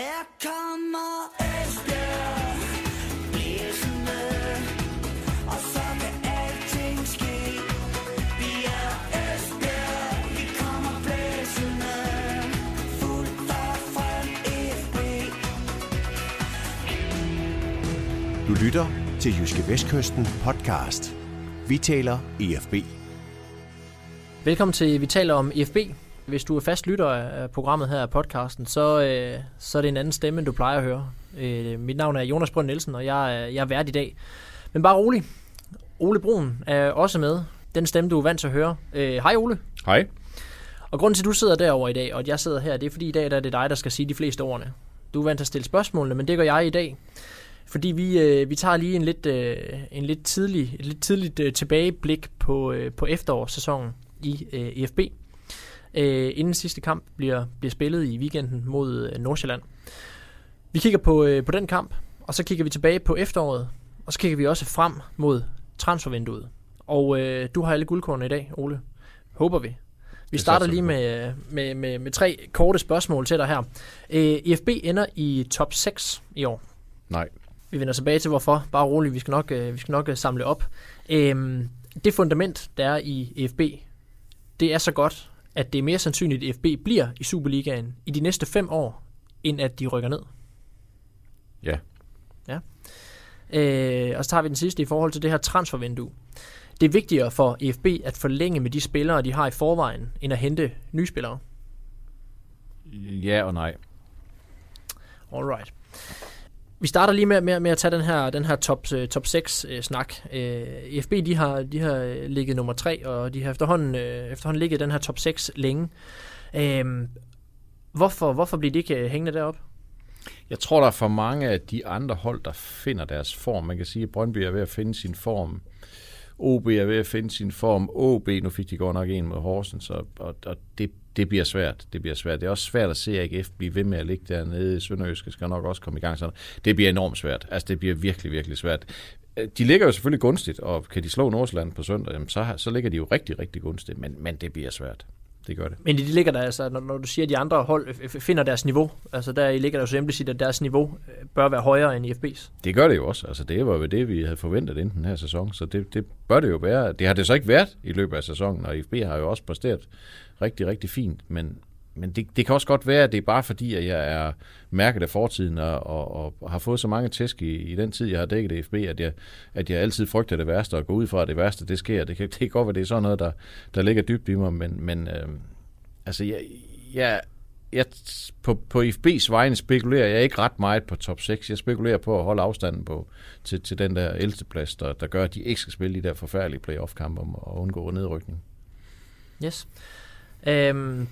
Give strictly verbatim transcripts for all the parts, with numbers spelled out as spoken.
Her kommer Esbjerg blæsende, og så kan alting ske. Vi er Esbjerg, vi kommer blæsende, fuldt og frem F B. Du lytter til Jyske Vestkysten podcast. Vi taler E F B. Velkommen til Vi taler om E F B. Hvis du er fast lytter af programmet her af podcasten, så, øh, så er det en anden stemme, end du plejer at høre. Øh, mit navn er Jonas Brønd Nielsen, og jeg er, jeg er vært i dag. Men bare rolig. Ole Brun er også med. Den stemme, du er vant til at høre. Øh, hej Ole. Hej. Og grunden til, at du sidder derovre i dag, og at jeg sidder her, det er fordi i dag der er det dig, der skal sige de fleste ordene. Du er vant til at stille spørgsmålene, men det gør jeg i dag. Fordi vi, øh, vi tager lige en lidt, øh, en lidt tidlig, et lidt tidligt øh, tilbageblik på, øh, på efterårssæsonen i øh, E F B. Øh, inden sidste kamp bliver, bliver spillet i weekenden mod øh, Nordsjælland. Vi kigger på, øh, på den kamp, og så kigger vi tilbage på efteråret, og så kigger vi også frem mod transfervinduet. Og øh, du har alle guldkornene i dag, Ole. Håber vi. Vi starter lige med, med, med, med tre korte spørgsmål til dig her. Øh, E F B ender i top seks i år. Nej. Vi vender tilbage til hvorfor. Bare roligt, vi skal nok, øh, vi skal nok øh, samle op. Øh, det fundament, der er i E F B, det er så godt, at det er mere sandsynligt, at F B bliver i Superligaen i de næste fem år, end at de rykker ned. Ja. Ja. Øh, og så tager vi den sidste i forhold til det her transfervindue. Det er vigtigere for E F B at forlænge med de spillere, de har i forvejen, end at hente nye spillere. Ja og nej. Alright. Vi starter lige med, med, med at tage den her, den her top, top seks uh, snak. Uh, E F B de har, de har ligget nummer tre, og de har efterhånden, uh, efterhånden ligget den her top seks længe. Uh, hvorfor, hvorfor bliver de ikke hængende derop? Jeg tror, der er for mange af de andre hold, der finder deres form. Man kan sige, at Brøndby er ved at finde sin form. O B er ved at finde sin form. O B, nu fik de godt nok en mod Horsens, og, og, og det, det bliver svært. Det bliver svært. Det er også svært at se A G F blive ved med at ligge dernede. Sønderjyske skal nok også komme i gang. Sådan. Det bliver enormt svært. Altså, det bliver virkelig, virkelig svært. De ligger jo selvfølgelig gunstigt, og kan de slå Nordsjælland på søndag, så, så ligger de jo rigtig, rigtig gunstigt, men, men det bliver svært. Det gør det. Men de ligger der, altså, når, når du siger, at de andre hold finder deres niveau, altså der ligger der jo så implicit, at deres niveau bør være højere end I F B's. Det gør det jo også. Altså det var jo det, vi havde forventet inden den her sæson, så det, det bør det jo være. Det har det så ikke været i løbet af sæsonen, og I F B har jo også præsteret rigtig, rigtig fint, men, men det, det kan også godt være, at det er bare fordi, at jeg er mærket af fortiden, og, og, og har fået så mange tæsk i, i den tid, jeg har dækket I F B, at jeg, at jeg altid frygter det værste, og går ud fra, at det værste, det sker. Det kan, det kan godt være, det er sådan noget, der, der ligger dybt i mig, men, men øh, altså, jeg, jeg, jeg, på, på I F B's vegne spekulerer jeg ikke ret meget på top seks. Jeg spekulerer på at holde afstanden på, til, til den der ellevte plads, der, der gør, at de ikke skal spille de der forfærdelige playoff-kampe om at undgå nedrykning. Yes. Øhm,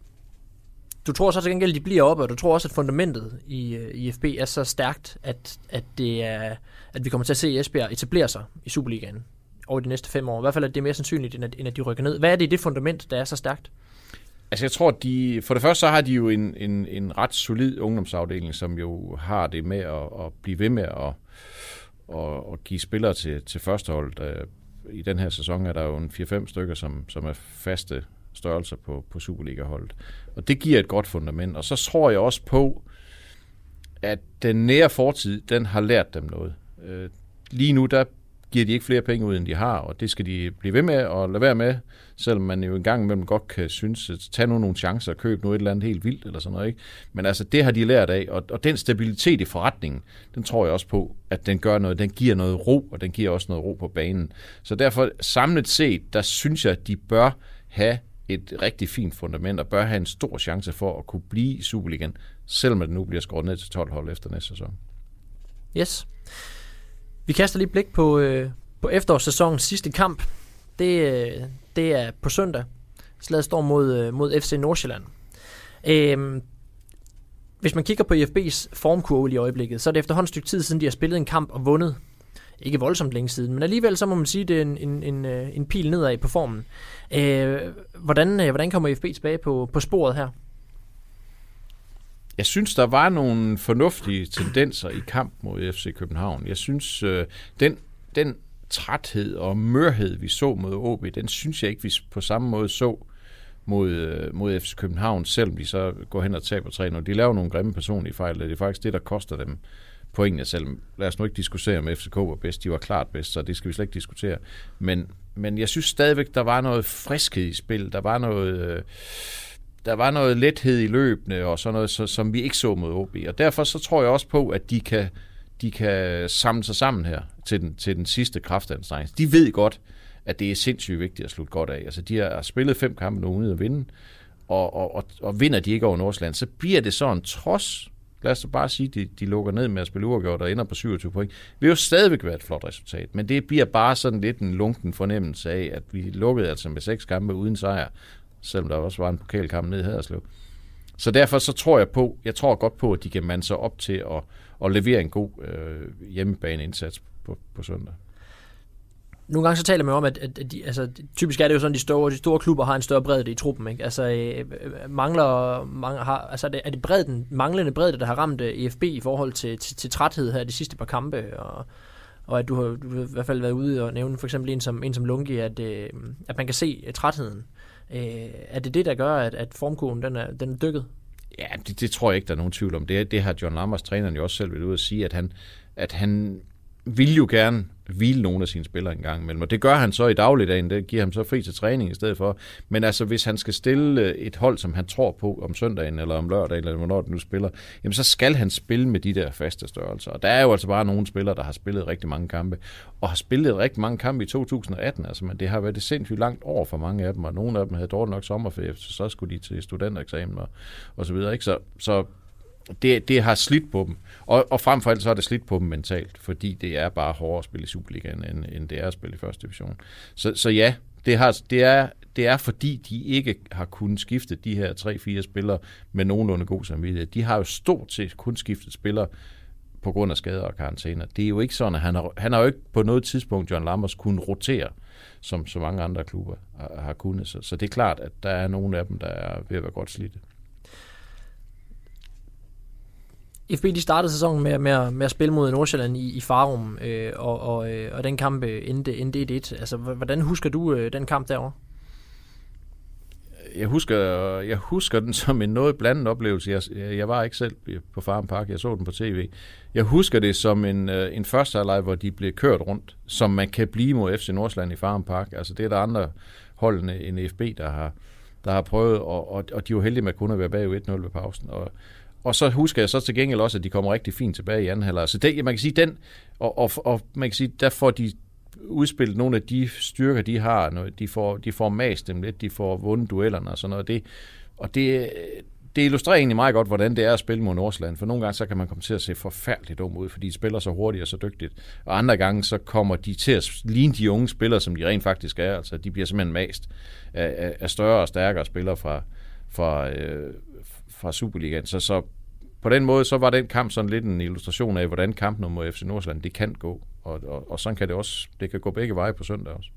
du tror så til gengæld, at de bliver oppe, og du tror også, at fundamentet i, i F B er så stærkt, at, at, det er, at vi kommer til at se Esbjerg etablere sig i Superligaen over de næste fem år. I hvert fald, at det er mere sandsynligt, end at, end at de rykker ned. Hvad er det i det fundament, der er så stærkt? Altså jeg tror, at de, for det første så har de jo en, en, en ret solid ungdomsafdeling, som jo har det med at, at blive ved med at, at, at give spillere til, til førsteholdet. I den her sæson er der jo en fire fem stykker, som, som er faste størrelser på, på Superliga-holdet. Og det giver et godt fundament. Og så tror jeg også på, at den nære fortid, den har lært dem noget. Lige nu, der giver de ikke flere penge ud, end de har, og det skal de blive ved med og lade være med, selvom man jo en gang imellem godt kan synes, at tage nu nogle chancer og købe noget et eller andet helt vildt, eller sådan noget, ikke? Men altså, det har de lært af, og, og den stabilitet i forretningen, den tror jeg også på, at den gør noget, den giver noget ro, og den giver også noget ro på banen. Så derfor, samlet set, der synes jeg, at de bør have et rigtig fint fundament, og bør have en stor chance for at kunne blive i Superligaen, selvom det nu bliver skåret ned til tolv hold efter næste sæson. Yes. Vi kaster lige blik på, øh, på efterårssæsonens sidste kamp. Det, øh, det er på søndag. Slaget står mod, øh, mod F C Nordsjælland. Øh, hvis man kigger på I F B's formkurve i øjeblikket, så er det efterhånden et stykke tid siden, de har spillet en kamp og vundet. Ikke voldsomt længe siden, men alligevel så må man sige, at det er en, en, en, en pil nedad på formen. Øh, hvordan, øh, hvordan kommer I F B tilbage på, på sporet her? Jeg synes, der var nogle fornuftige tendenser i kamp mod F C København. Jeg synes, øh, den, den træthed og mørhed, vi så mod O B, den synes jeg ikke, vi på samme måde så mod, mod F C København, selvom de så går hen og taber tre nul. De laver nogle grimme personlige fejl, det er faktisk det, der koster dem pointene, selvom lad os nu ikke diskutere, om F C K var bedst, de var klart bedst, så det skal vi slet ikke diskutere. Men, men jeg synes stadigvæk, der var noget friskhed i spil, der var noget, øh, der var noget lethed i løbende, og sådan noget, så, som vi ikke så mod O B. Og derfor så tror jeg også på, at de kan, de kan samle sig sammen her til den, til den sidste kraftanstrengelse. De ved godt, at det er sindssygt vigtigt at slutte godt af. Altså, de har spillet fem kampe nu uden at vinde, og, og, og, og vinder de ikke over Nordsjælland, så bliver det sådan trods. Lad os bare sige, at de, de lukker ned med at spille uafgjort og ender på syvogtyve point. Det vil jo stadigvæk være et flot resultat, men det bliver bare sådan lidt en lunken fornemmelse af, at vi lukkede altså med seks kampe uden sejr, selvom der også var en pokalkamp nede i Haderslev. Så derfor så tror jeg på, jeg tror godt på, at de kan mande sig op til at, at levere en god øh, hjemmebaneindsats på, på søndag. Nogle gange så taler man om, at, at de, altså, typisk er det jo sådan, at de store, de store klubber har en større bredde i truppen. Ikke? Altså, øh, mangler, mangler, har, altså, er det, er det bredden, manglende bredde, der har ramt E F B i forhold til, til, til træthed her de sidste par kampe? Og, og at du har, du har i hvert fald været ude og nævne for eksempel en som, en som Lungi, at, øh, at man kan se trætheden. Øh, er det det, der gør, at, at formkurven den er, den er dykket? Ja, det, det tror jeg ikke, der er nogen tvivl om. Det, det har John Lammers, træneren, jo også selv været ude at sige, at han, at han vil jo gerne hvile nogle af sine spillere en gang imellem. Og det gør han så i dagligdagen, det giver ham så fri til træning i stedet for. Men altså, hvis han skal stille et hold, som han tror på om søndagen, eller om lørdagen, eller hvornår det nu spiller, jamen så skal han spille med de der faste størrelser. Og der er jo altså bare nogle spillere, der har spillet rigtig mange kampe, og har spillet rigtig mange kampe i to tusind atten. Altså, men det har været det sindssygt langt over for mange af dem, og nogle af dem havde dårligt nok sommerferie, så skulle de til studentereksamen og, og så videre. Ikke? Så, så Det, det har slidt på dem, og, og frem for alt så er det slidt på dem mentalt, fordi det er bare hårdere at spille i Superligaen, end, end det er at spille i første division. Så, så ja, det, har, det, er, det er fordi, de ikke har kunnet skifte de her tre-fire spillere med nogenlunde god samvittighed. De har jo stort set kun skiftet spillere på grund af skader og karantæner. Det er jo ikke sådan, at han har, han har jo ikke på noget tidspunkt, John Lammers, kunnet rotere, som så mange andre klubber har, har kunnet. Så, så det er klart, at der er nogle af dem, der er ved at være godt slidte. F B de startede sæsonen med, med, med at spille mod Nordsjælland i, i Farum, øh, og, og, øh, og den kamp endte, endte et et. Altså, hvordan husker du øh, den kamp derovre? Jeg husker, jeg husker den som en noget blandet oplevelse. Jeg, jeg var ikke selv på Farum Park, jeg så den på tv. Jeg husker det som en, en første halvleg, hvor de blev kørt rundt, som man kan blive mod F C Nordsjælland i Farum Park. Altså det er der andre holdene end F B, der har, der har prøvet, og, og, og de var heldige med at kunne være bagud et nul ved pausen. Og Og så husker jeg så til gengæld også, at de kommer rigtig fint tilbage i anden halvleg. Så det, man kan sige, den, og, og, og man kan sige, der får de udspillet nogle af de styrker, de har. De får, de får mast dem lidt, de får vundet duellerne og sådan noget. Det, og det, det illustrerer egentlig meget godt, hvordan det er at spille mod Nordsjælland. For nogle gange så kan man komme til at se forfærdeligt dum ud, fordi de spiller så hurtigt og så dygtigt. Og andre gange så kommer de til at ligne de unge spillere, som de rent faktisk er. Altså de bliver simpelthen mast af, af større og stærkere spillere fra, fra, øh, fra Superligaen. Så, så på den måde, så var den kamp sådan lidt en illustration af, hvordan kampen mod F C Nordsjælland, det kan gå. Og, og, og sådan kan det også, det kan gå begge veje på søndag også.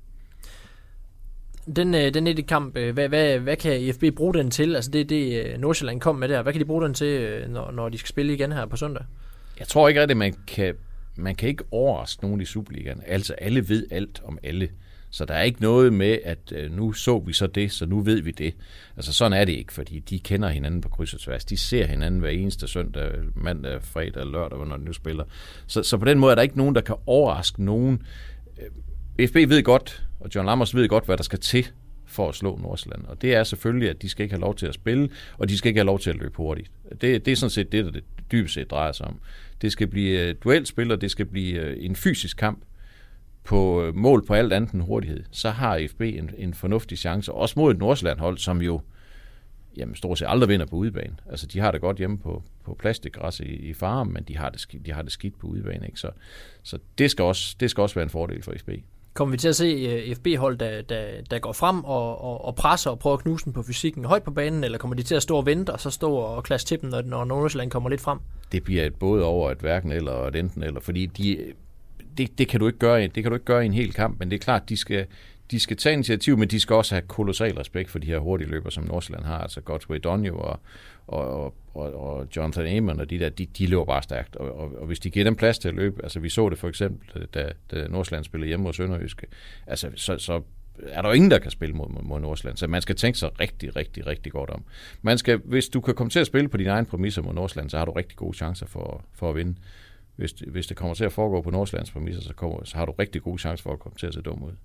Den, den ette kamp, hvad, hvad, hvad kan F B bruge den til? Altså det, det Nordsjælland kom med der, hvad kan de bruge den til, når, når de skal spille igen her på søndag? Jeg tror ikke rigtigt, man kan, man kan ikke overraske nogen i Superligaen. Altså alle ved alt om alle. Så der er ikke noget med, at øh, nu så vi så det, så nu ved vi det. Altså sådan er det ikke, fordi de kender hinanden på kryds og tværs. De ser hinanden hver eneste søndag, mandag, fredag eller lørdag, når de nu spiller. Så, så på den måde er der ikke nogen, der kan overraske nogen. F B ved godt, og John Lammers ved godt, hvad der skal til for at slå Nordsjælland. Og det er selvfølgelig, at de skal ikke have lov til at spille, og de skal ikke have lov til at løbe hurtigt. Det, det er sådan set det, der det dybest set drejer sig om. Det skal blive duelspil, og det skal blive en fysisk kamp på mål på alt andet end hurtighed. Så har F B en, en fornuftig chance, også mod et Nordsjælland-hold, som jo jamen, stort set aldrig vinder på udebane. Altså, de har det godt hjemme på, på plastikgræs i, i Farum, men de har det, de har det skidt på udebane. Ikke? Så, så det, skal også, det skal også være en fordel for F B. Kommer vi til at se F B-hold, der, der, der går frem og, og, og presser og prøver at knuse den på fysikken højt på banen, eller kommer de til at stå og vente og så stå og klasse til dem, når, når Nordsjælland kommer lidt frem? Det bliver et både over et hverken eller og et enten eller, fordi de, det, det, kan du ikke gøre, det kan du ikke gøre i en hel kamp, men det er klart, de skal, de skal tage initiativ, men de skal også have kolossal respekt for de her hurtige løber, som Nordsjælland har, altså Godfrey Donio og, og, og, og Jonathan Amon og de der, de, de løber bare stærkt, og, og, og hvis de giver dem plads til at løbe, altså vi så det for eksempel, da, da Nordsjælland spillede hjemme mod Sønderjyske, altså så, så, er der jo ingen, der kan spille mod, mod Nordsjælland. Så man skal tænke sig rigtig, rigtig, rigtig godt om. Man skal, hvis du kan komme til at spille på dine egne præmisser mod Nordsjælland, så har du rigtig gode chancer for, for at vinde. Hvis, hvis det kommer til at foregå på Nordsjællands præmisser, så, kommer, så har du rigtig gode chancer for at komme til at se dum ud.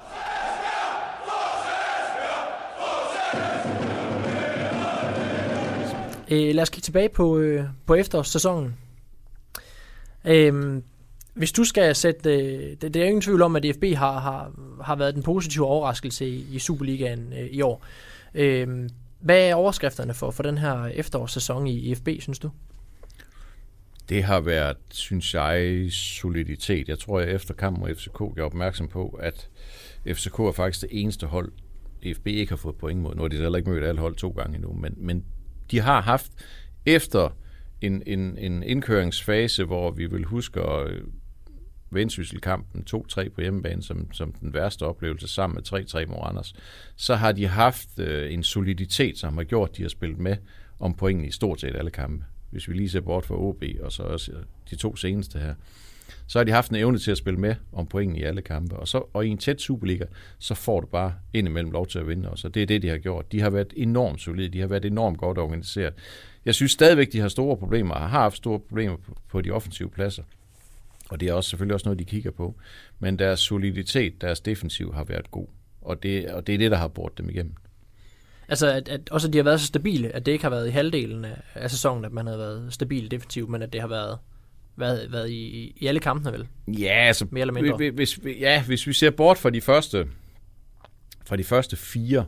Øh, lad os kigge tilbage på, øh, på efterårssæsonen. Øh, hvis du skal sætte... Øh, det, det er jo ingen tvivl om, at F B har, har, har været den positive overraskelse i, i Superligaen øh, i år. Øh, hvad er overskrifterne for, for den her efterårssæson i, i F B, synes du? Det har været, synes jeg, soliditet. Jeg tror, jeg efter kampen mod F C K gjorde opmærksom på, at F C K er faktisk det eneste hold, F B ikke har fået point mod. Nu har de heller ikke mødt alle hold to gange endnu, men, men de har haft efter en, en, en indkøringsfase, hvor vi vil huske Vendsyssel-kampen to tre på hjemmebane som, som den værste oplevelse sammen med tre tre mod Randers, så har de haft øh, en soliditet, som har gjort, at de har spillet med om pointene i stort set alle kampe. Hvis vi lige ser bort fra O B og så også de to seneste her, så har de haft en evne til at spille med om pointene i alle kampe. Og, så, og i en tæt Superliga, så får du bare indimellem lov til at vinde også. Og det er det, de har gjort. De har været enormt solide. De har været enormt godt organiseret. Jeg synes stadigvæk, de har store problemer, og har haft store problemer på, på de offensive pladser. Og det er også selvfølgelig også noget, de kigger på. Men deres soliditet, deres defensiv har været god. Og det, og det er det, der har båret dem igennem. Altså, at, at også at de har været så stabile, at det ikke har været i halvdelen af, af sæsonen, at man har været stabil defensivt, men at det har været, været, været i, i alle kampene, vel? Ja, altså, mere eller mindre. Hvis, ja, hvis vi ser bort fra de første, fra de første fire,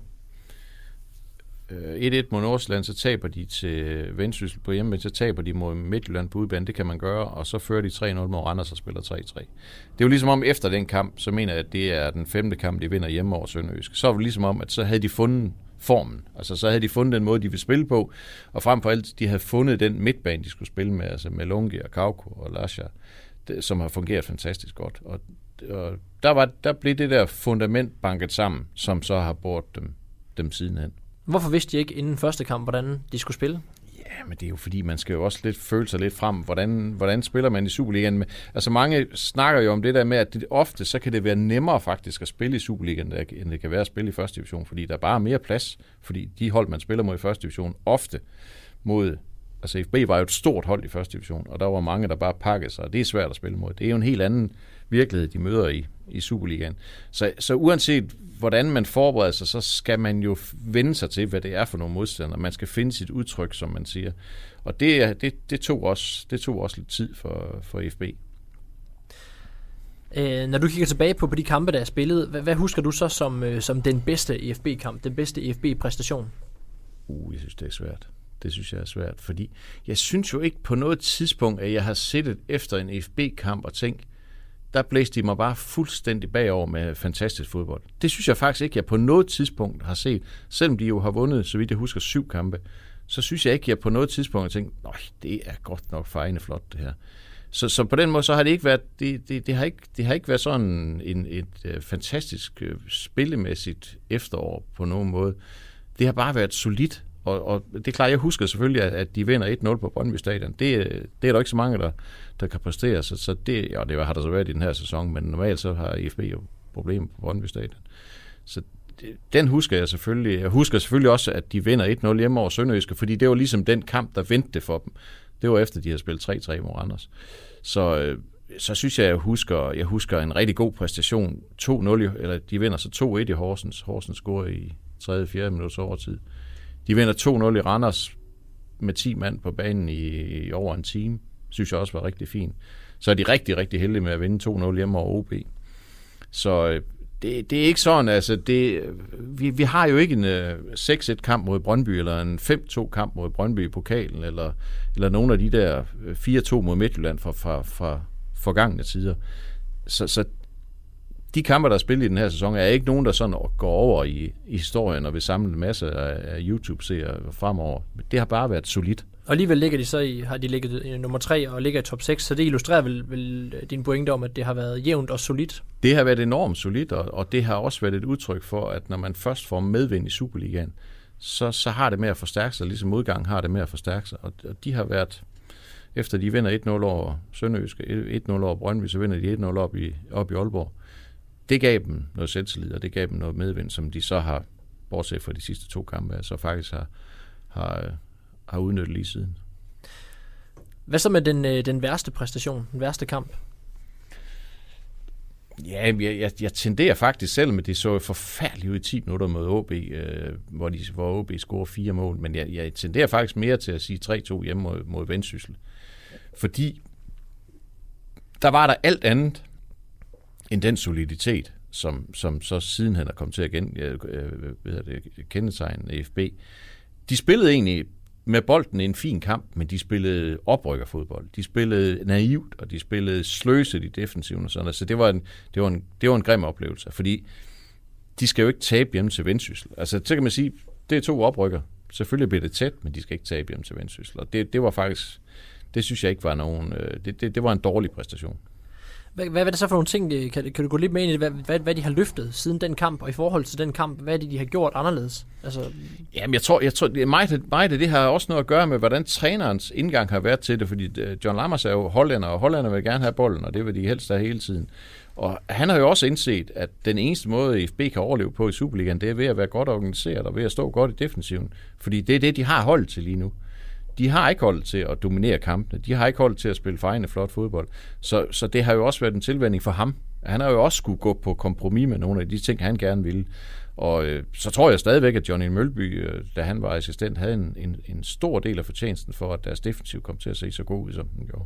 et et mod Nordsjælland, så taber de til Vendsyssel på hjemme, så taber de mod Midtjylland på udebane, det kan man gøre, og så fører de tre nul mod Randers og spiller tre tre. Det er jo ligesom om efter den kamp, så mener jeg, at det er den femte kamp, de vinder hjemme over Sønderjysk. Så er det ligesom om, at så havde de fundet formen. Altså så havde de fundet den måde, de ville spille på, og frem for alt, de havde fundet den midtbane, de skulle spille med, altså med Lungi og Kauko og Lasha, det, som har fungeret fantastisk godt. Og, og der, var, der blev det der fundament banket sammen, som så har båret dem, dem sidenhen. Hvorfor vidste de ikke inden første kamp, hvordan de skulle spille? Ja, men det er jo fordi, man skal jo også lidt føle sig lidt frem, hvordan, hvordan spiller man i Superligaen. Altså mange snakker jo om det der med, at det, ofte så kan det være nemmere faktisk at spille i Superligaen, end det kan være at spille i første division, fordi der er bare mere plads, fordi de hold, man spiller mod i første division, ofte mod, altså F B var jo et stort hold i første division, og der var mange, der bare pakkede sig, og det er svært at spille mod. Det er jo en helt anden virkelighed, de møder i, i Superligaen. Så, så uanset hvordan man forbereder sig, så skal man jo vende sig til, hvad det er for nogle modstandere. Man skal finde sit udtryk, som man siger. Og det, det, det, tog, også, det tog også lidt tid for, for F B. Øh, når du kigger tilbage på, på de kampe, der er spillet, hvad, hvad husker du så som, øh, som den bedste F B-kamp, den bedste F B-præstation? Uh, jeg synes, det er svært. Det synes jeg er svært, fordi jeg synes jo ikke på noget tidspunkt, at jeg har siddet efter en F B-kamp og tænkt, der blæste de mig bare fuldstændig bagover med fantastisk fodbold. Det synes jeg faktisk ikke, jeg på noget tidspunkt har set. Selvom de jo har vundet, så vidt jeg husker, syv kampe, så synes jeg ikke, jeg på noget tidspunkt har tænkt, nej, det er godt nok fejende flot, det her. Så, så på den måde, så har det ikke været, det, det, det har, ikke, det har ikke været sådan en, et uh, fantastisk uh, spillemæssigt efterår på nogen måde. Det har bare været solidt. Og, og det er klart, jeg husker selvfølgelig, at, at de vinder et nul på Brøndby Stadion. Det, det er der ikke så mange, der, der kan præstere. Så, så det, ja, det har der så været i den her sæson, men normalt så har F B jo problemer på Brøndby Stadion. Så det, den husker jeg selvfølgelig. Jeg husker selvfølgelig også, at de vinder et nul hjemme over Sønderjyske, fordi det var ligesom den kamp, der vendte for dem. Det var efter, de havde spillet tre tre mod Randers. Så, så synes jeg, jeg husker, jeg husker en rigtig god præstation. to nul, eller de vinder så to et i Horsens. Horsens scorer i tredje fjerde minuts overtid. De vinder to nul i Randers med ti mand på banen i, i over en time. Synes jeg også var rigtig fint. Så er de rigtig, rigtig heldige med at vinde to nul hjemme over O B. Så det, det er ikke sådan, altså det, vi, vi har jo ikke en uh, seks et kamp mod Brøndby, eller en fem to kamp mod Brøndby i pokalen, eller, eller nogle af de der fire to mod Midtjylland fra, fra, fra forgangne tider. Så, så de kampe, der er spillet i den her sæson, er ikke nogen, der sådan går over i, i historien og vil samle en masse af, af YouTube-seere fremover. Det har bare været solidt. Og alligevel ligger de så i, har de ligget i nummer tre og ligger i top seks, så det illustrerer vel, vel din pointe om, at det har været jævnt og solidt? Det har været enormt solidt, og, og det har også været et udtryk for, at når man først får medvind i Superligaen, så, så har det med at forstærke sig, ligesom udgangen har det med at forstærke sig. Og, og de har været, efter de vinder et nul over Sønderjyske, et nul over Brøndby, så vinder de et nul op i, op i Aalborg. det gav dem noget selvtillid, og det gav dem noget medvind, som de så har, bortset fra de sidste to kampe, så faktisk har, har, har udnyttet lige siden. Hvad så med den, den værste præstation, den værste kamp? Ja, jeg, jeg, jeg tenderer faktisk selv, men det så forfærdeligt ud i ti minutter mod O B, øh, hvor, de, hvor O B scorer fire mål, men jeg, jeg tenderer faktisk mere til at sige tre to hjemme mod, mod Vendsyssel. Fordi der var der alt andet end den soliditet, som, som så sidenhen er kommet til at gen, øh, ved det, kendetegne F B. De spillede egentlig med bolden en fin kamp, men de spillede oprykkerfodbold. De spillede naivt, og de spillede sløset i defensiven og sådan. Så det var en, det var en, det var en grim oplevelse, fordi de skal jo ikke tabe hjemme til Vendsyssel. Altså, så kan man sige, det er to oprykker. Selvfølgelig bliver det tæt, men de skal ikke tabe hjemme til Vendsyssel. Og det, det var faktisk, det synes jeg ikke var nogen, det, det, det var en dårlig præstation. Hvad, hvad er det så for nogle ting, kan, kan du gå lidt med ind i det, hvad, hvad, hvad de har løftet siden den kamp, og i forhold til den kamp, hvad er det, de har gjort anderledes? Altså... Jamen, jeg tror, jeg tror det, meget, meget af det har også noget at gøre med, hvordan trænerens indgang har været til det, fordi John Lammers er jo hollænder, og hollænder vil gerne have bolden, og det vil de helst have hele tiden. Og han har jo også indset, at den eneste måde, F B kan overleve på i Superligaen, det er ved at være godt organiseret, og ved at stå godt i defensiven, fordi det er det, de har holdt til lige nu. De har ikke holdt til at dominere kampene. De har ikke holdt til at spille fejende flot fodbold. Så, så det har jo også været en tilvænning for ham. Han har jo også skulle gå på kompromis med nogle af de ting, han gerne ville. Og øh, så tror jeg stadigvæk, at Johnny Mølby, øh, da han var assistent, havde en, en, en stor del af fortjenesten for, at deres defensiv kom til at se så god ud, som den gjorde.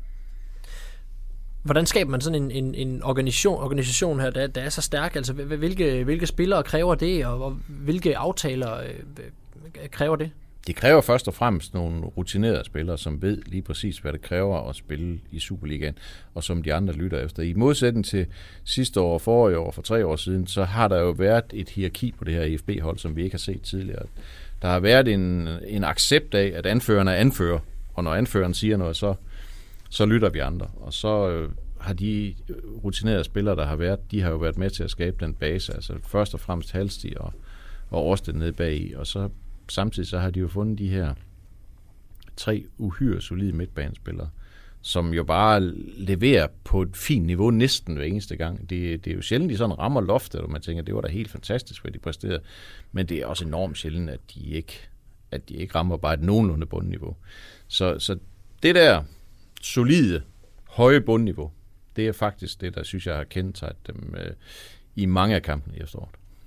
Hvordan skaber man sådan en, en, en organisation, organisation her, der, der er så stærk? Altså, hvilke, hvilke spillere kræver det, og, og hvilke aftaler øh, kræver det? Det kræver først og fremmest nogle rutinerede spillere, som ved lige præcis, hvad det kræver at spille i Superligaen, og som de andre lytter efter. I modsætning til sidste år, forrige år, for tre år siden, så har der jo været et hierarki på det her F B-hold, som vi ikke har set tidligere. Der har været en, en accept af, at anføreren er anfører, og når anføreren siger noget, så, så lytter vi andre. Og så øh, har de rutinerede spillere, der har været, de har jo været med til at skabe den base, altså først og fremmest Halstig og, og Årsted nede bagi, og så samtidig så har de jo fundet de her tre uhyre solide midtbanespillere, som jo bare leverer på et fint niveau næsten hver eneste gang. Det, det er jo sjældent, de sådan rammer loftet, og man tænker, det var da helt fantastisk, hvad de præsterede. Men det er også enormt sjældent, at de ikke, at de ikke rammer bare et nogenlunde bundniveau. Så, så det der solide, høje bundniveau, det er faktisk det, der synes jeg har kendetegnet dem øh, i mange af kampene i efteråret.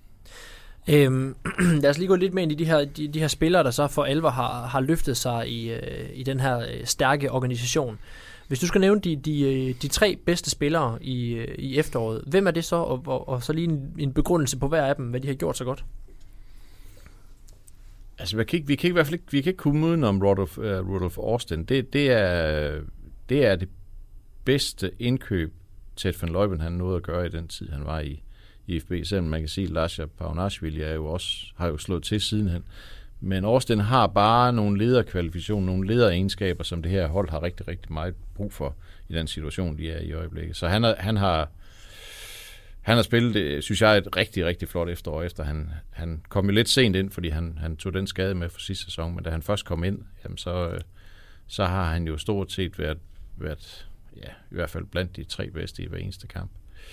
Øhm, lad os lige gå lidt med ind i de her, de, de her spillere, der så for alvor har, har løftet sig i, øh, i den her øh, stærke organisation. Hvis du skal nævne de, de, de tre bedste spillere i, øh, i efteråret, hvem er det så, og, og, og så lige en, en begrundelse på hver af dem, hvad de har gjort så godt? Altså, vi kan ikke, vi kan ikke, i hvert fald ikke, vi kan ikke komme udenom Rudolf, uh, Rudolf Austin. Det, det, er, det er det bedste indkøb, Ted van Leuven han nåede at gøre i den tid, han var i i F B, selvom man kan sige, at Lasha Paunashvili er jo også, har jo slået til sidenhen. Men Austin har bare nogle lederkvalifikationer, nogle lederegenskaber, som det her hold har rigtig, rigtig meget brug for i den situation, de er i øjeblikket. Så han, er, han har han har spillet det, synes jeg, et rigtig, rigtig flot efterår efter. Han, han kom jo lidt sent ind, fordi han, han tog den skade med for sidste sæson, men da han først kom ind, jamen så, så har han jo stort set været, været ja, i hvert fald blandt de tre bedste i hver eneste kamp.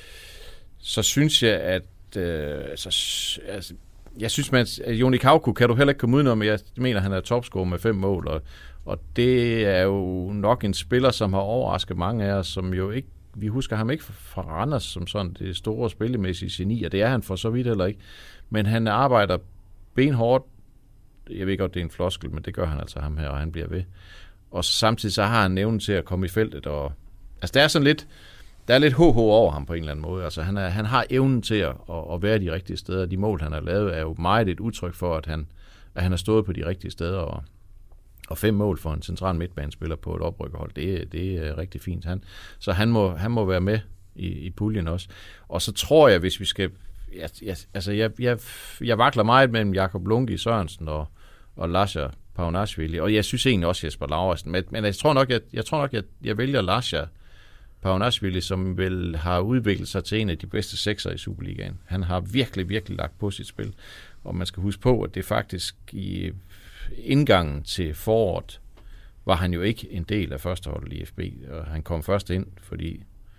Så synes jeg, at øh, altså, altså, jeg synes, at Joni Kauko kan du heller ikke komme udenom, men jeg mener, at han er topscorer med fem mål, og, og det er jo nok en spiller, som har overrasket mange af os, som jo ikke, vi husker ham ikke fra Randers som sådan det store spillemæssige geni, og det er han for så vidt heller ikke, men han arbejder benhårdt, jeg ved godt, det er en floskel, men det gør han altså ham her, og han bliver ved. Og samtidig så har han evnen til at komme i feltet, og altså der er sådan lidt, Der er lidt H H over ham på en eller anden måde. Altså, han, er, han har evnen til at, at være de rigtige steder. De mål, han har lavet, er jo meget et udtryk for, at han, at han har stået på de rigtige steder. Og, og fem mål for en central midtbanespiller på et oprykkerhold, det, det er rigtig fint. Han, så han må, han må være med i, i puljen også. Og så tror jeg, hvis vi skal... Jeg, jeg, altså, jeg, jeg, jeg vakler meget mellem Jakob Lungi Sørensen og, og Lasha Paunashvili. Og jeg synes egentlig også Jesper Lauritsen. Men, men jeg tror nok, jeg, jeg, tror nok, jeg, jeg vælger Lasha Paunashvili, som vel har udviklet sig til en af de bedste sekser i Superligaen. Han har virkelig, virkelig lagt på sit spil. Og man skal huske på, at det faktisk i indgangen til foråret var han jo ikke en del af førsteholdet i F B. Og han kom først ind, fordi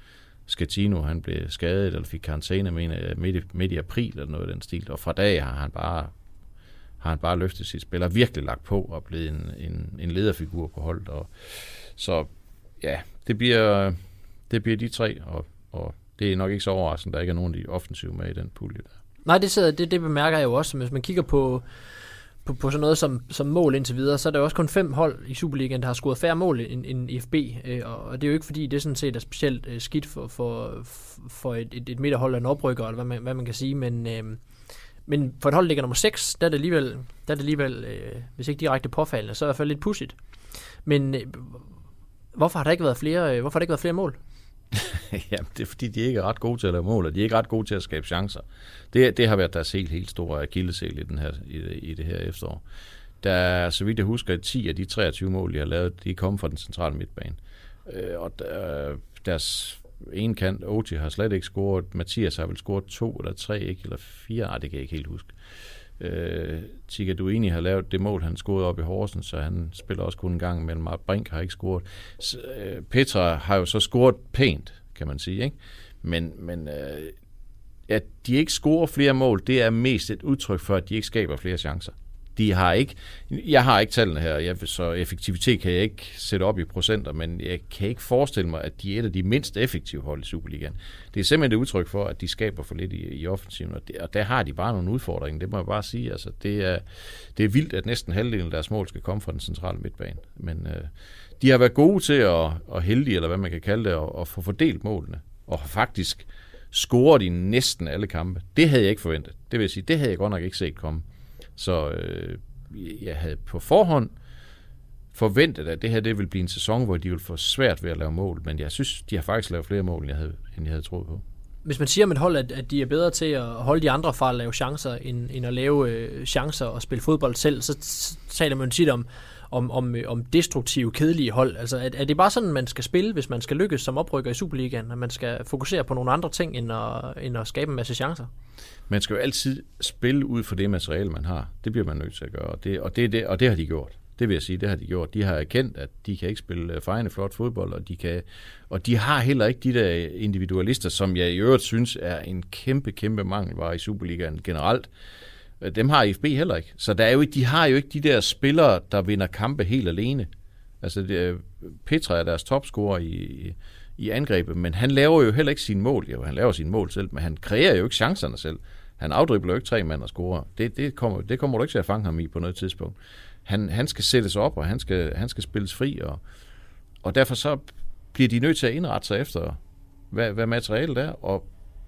Scatino, han blev skadet, eller fik karantæne mener, midt, i, midt i april, eller noget af den stil. Og fra dag har han bare, har han bare løftet sit spil, og virkelig lagt på, og blevet en, en, en lederfigur på holdet. Og, så ja, det bliver, det bliver de tre, og, og det er nok ikke så overraskende, at der ikke er nogen af de offensive med i den pulje der. Nej, det, sidder, det, det bemærker jeg jo også. Hvis man kigger på, på, på sådan noget som, som mål indtil videre, så er der jo også kun fem hold i Superligaen, der har scoret færre mål end, end I F B. Og det er jo ikke fordi, det sådan set er specielt skidt for, for, for et, et, et midterhold af en oprykker, eller hvad man, hvad man kan sige. Men, øh, men for et hold, der ligger nummer seks, der er det alligevel, der er det alligevel øh, hvis ikke direkte påfaldende, så er det i hvert fald lidt pudsigt. Men øh, hvorfor har der ikke været flere, øh, hvorfor har der ikke været flere mål? Jamen, det er fordi, de ikke er ret gode til at lave mål, og de er ikke ret gode til at skabe chancer. Det, det har været deres helt, helt store akilleshæl i, den her, i, i det her efterår. Der, så vidt jeg husker, ti af de treogtyve mål, de har lavet, de er kommet fra den centrale midtbane. Øh, og der, deres ene kant, Oti, har slet ikke scoret. Mathias har vel scoret to eller tre, ikke, eller fire. Nej, det kan jeg ikke helt huske. Øh, Tika Duini har lavet det mål, han scorede op i Horsens, så han spiller også kun en gang, men Mark Brink har ikke scoret. Så, øh, Petra har jo så scoret pænt, kan man sige, ikke? Men, men øh, at de ikke scorer flere mål, det er mest et udtryk for, at de ikke skaber flere chancer. De har ikke, jeg har ikke tallene her, jeg, så effektivitet kan jeg ikke sætte op i procenter, men jeg kan ikke forestille mig, at de er et af de mindst effektive hold i Superligaen. Det er simpelthen et udtryk for, at de skaber for lidt i, i offensiven, og, det, og der har de bare nogle udfordringer, det må jeg bare sige. Altså, det, er, det er vildt, at næsten halvdelen af deres mål skal komme fra den centrale midtbane. Men øh, de har været gode til at, og heldige, eller hvad man kan kalde det, at, at få fordelt målene, og har faktisk scoret i næsten alle kampe. Det havde jeg ikke forventet. Det vil sige, det havde jeg godt nok ikke set komme. Så øh, jeg havde på forhånd forventet, at det her det ville blive en sæson, hvor de ville få svært ved at lave mål, men jeg synes, de har faktisk lavet flere mål, end jeg havde, end jeg havde troet på. Hvis man siger om et hold, at, at de er bedre til at holde de andre fra at lave chancer, end, end at lave øh, chancer og spille fodbold selv, så taler man tit om, om, om, om destruktive, kedelige hold. Altså, er, er det bare sådan, man skal spille, hvis man skal lykkes som oprykker i Superligaen, at man skal fokusere på nogle andre ting, end at, end at skabe en masse chancer? Man skal jo altid spille ud for det materiale, man har. Det bliver man nødt til at gøre, og det, og det, det, og det har de gjort. Det vil jeg sige, det har de gjort. De har erkendt, at de kan ikke spille fejende flot fodbold, og de, kan, og de har heller ikke de der individualister, som jeg i øvrigt synes er en kæmpe, kæmpe mangelvare i Superligaen generelt. Dem har I F B heller ikke. Så der er jo ikke, de har jo ikke de der spillere, der vinder kampe helt alene. Altså, det, Petra er deres topscorer i, i angrebet, men han laver jo heller ikke sine mål. Jo, han laver sine mål selv, men han kreerer jo ikke chancerne selv. Han afdribler jo ikke tre mand og scorer. Det, det, kommer, det kommer du ikke til at fange ham i på noget tidspunkt. Han, han skal sættes op, og han skal, han skal spilles fri, og, og derfor så bliver de nødt til at indrette sig efter, hvad, hvad materialet er, og